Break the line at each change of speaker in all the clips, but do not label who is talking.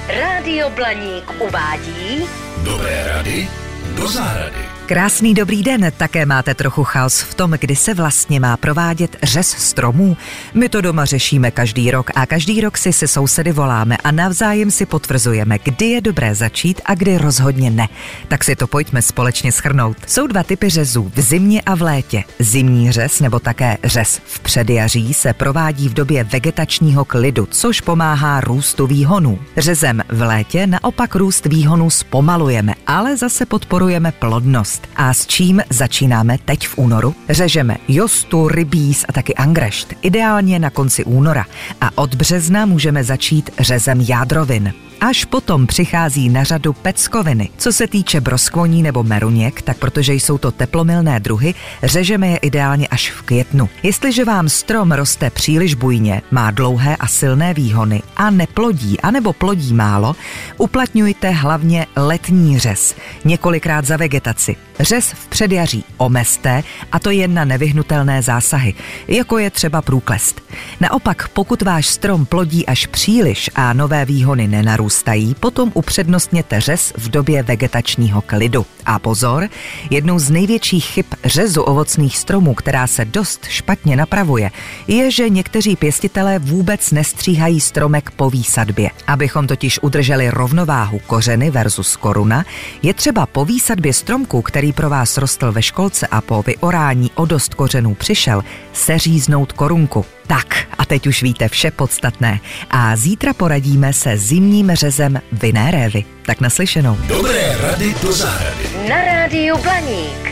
Rádio Blaník uvádí
Dobré rady do zahrady.
Krásný dobrý den, také máte trochu chaos v tom, kdy se vlastně má provádět řez stromů. My to doma řešíme každý rok a každý rok si se sousedy voláme a navzájem si potvrzujeme, kdy je dobré začít a kdy rozhodně ne. Tak si to pojďme společně shrnout. Jsou dva typy řezů, v zimě a v létě. Zimní řez nebo také řez v předjaří se provádí v době vegetačního klidu, což pomáhá růstu výhonů. Řezem v létě naopak růst výhonů zpomalujeme, ale zase podporujeme plodnost. A s čím začínáme teď v únoru? Řežeme jostu, rybíz a taky angrešt, ideálně na konci února. A od března můžeme začít řezem jádrovin. Až potom přichází na řadu peckoviny. Co se týče broskvoní nebo meruněk, tak protože jsou to teplomilné druhy, řežeme je ideálně až v květnu. Jestliže vám strom roste příliš bujně, má dlouhé a silné výhony a neplodí, anebo plodí málo, uplatňujte hlavně letní řez, několikrát za vegetaci. Řez v předjaří omezte, a to jen na nevyhnutelné zásahy, jako je třeba průklest. Naopak, pokud váš strom plodí až příliš a nové výhony nenarůstají, potom upřednostněte řez v době vegetačního klidu. A pozor, jednou z největších chyb řezu ovocných stromů, která se dost špatně napravuje, je, že někteří pěstitelé vůbec nestříhají stromek po výsadbě. Abychom totiž udrželi rovnováhu kořeny versus koruna, je třeba po výsadbě stromku, který pro vás rostl ve školce a po vyorání o dost kořenů přišel, seříznout korunku. Tak, a teď už víte vše podstatné. A zítra poradíme se zimním řezem vinné révy. Tak naslyšenou.
Dobré rady do zahrady.
na Rádiu Blaník.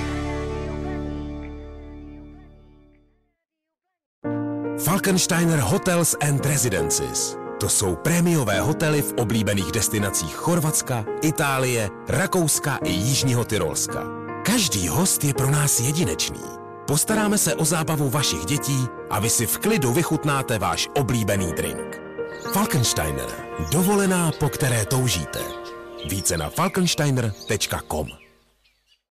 Falkensteiner Hotels and Residences. To jsou prémiové hotely v oblíbených destinacích Chorvatska, Itálie, Rakouska i Jižního Tyrolska. Každý host je pro nás jedinečný. Postaráme se o zábavu vašich dětí a vy si v klidu vychutnáte váš oblíbený drink. Falkensteiner. Dovolená, po které toužíte. Více na falkensteiner.com.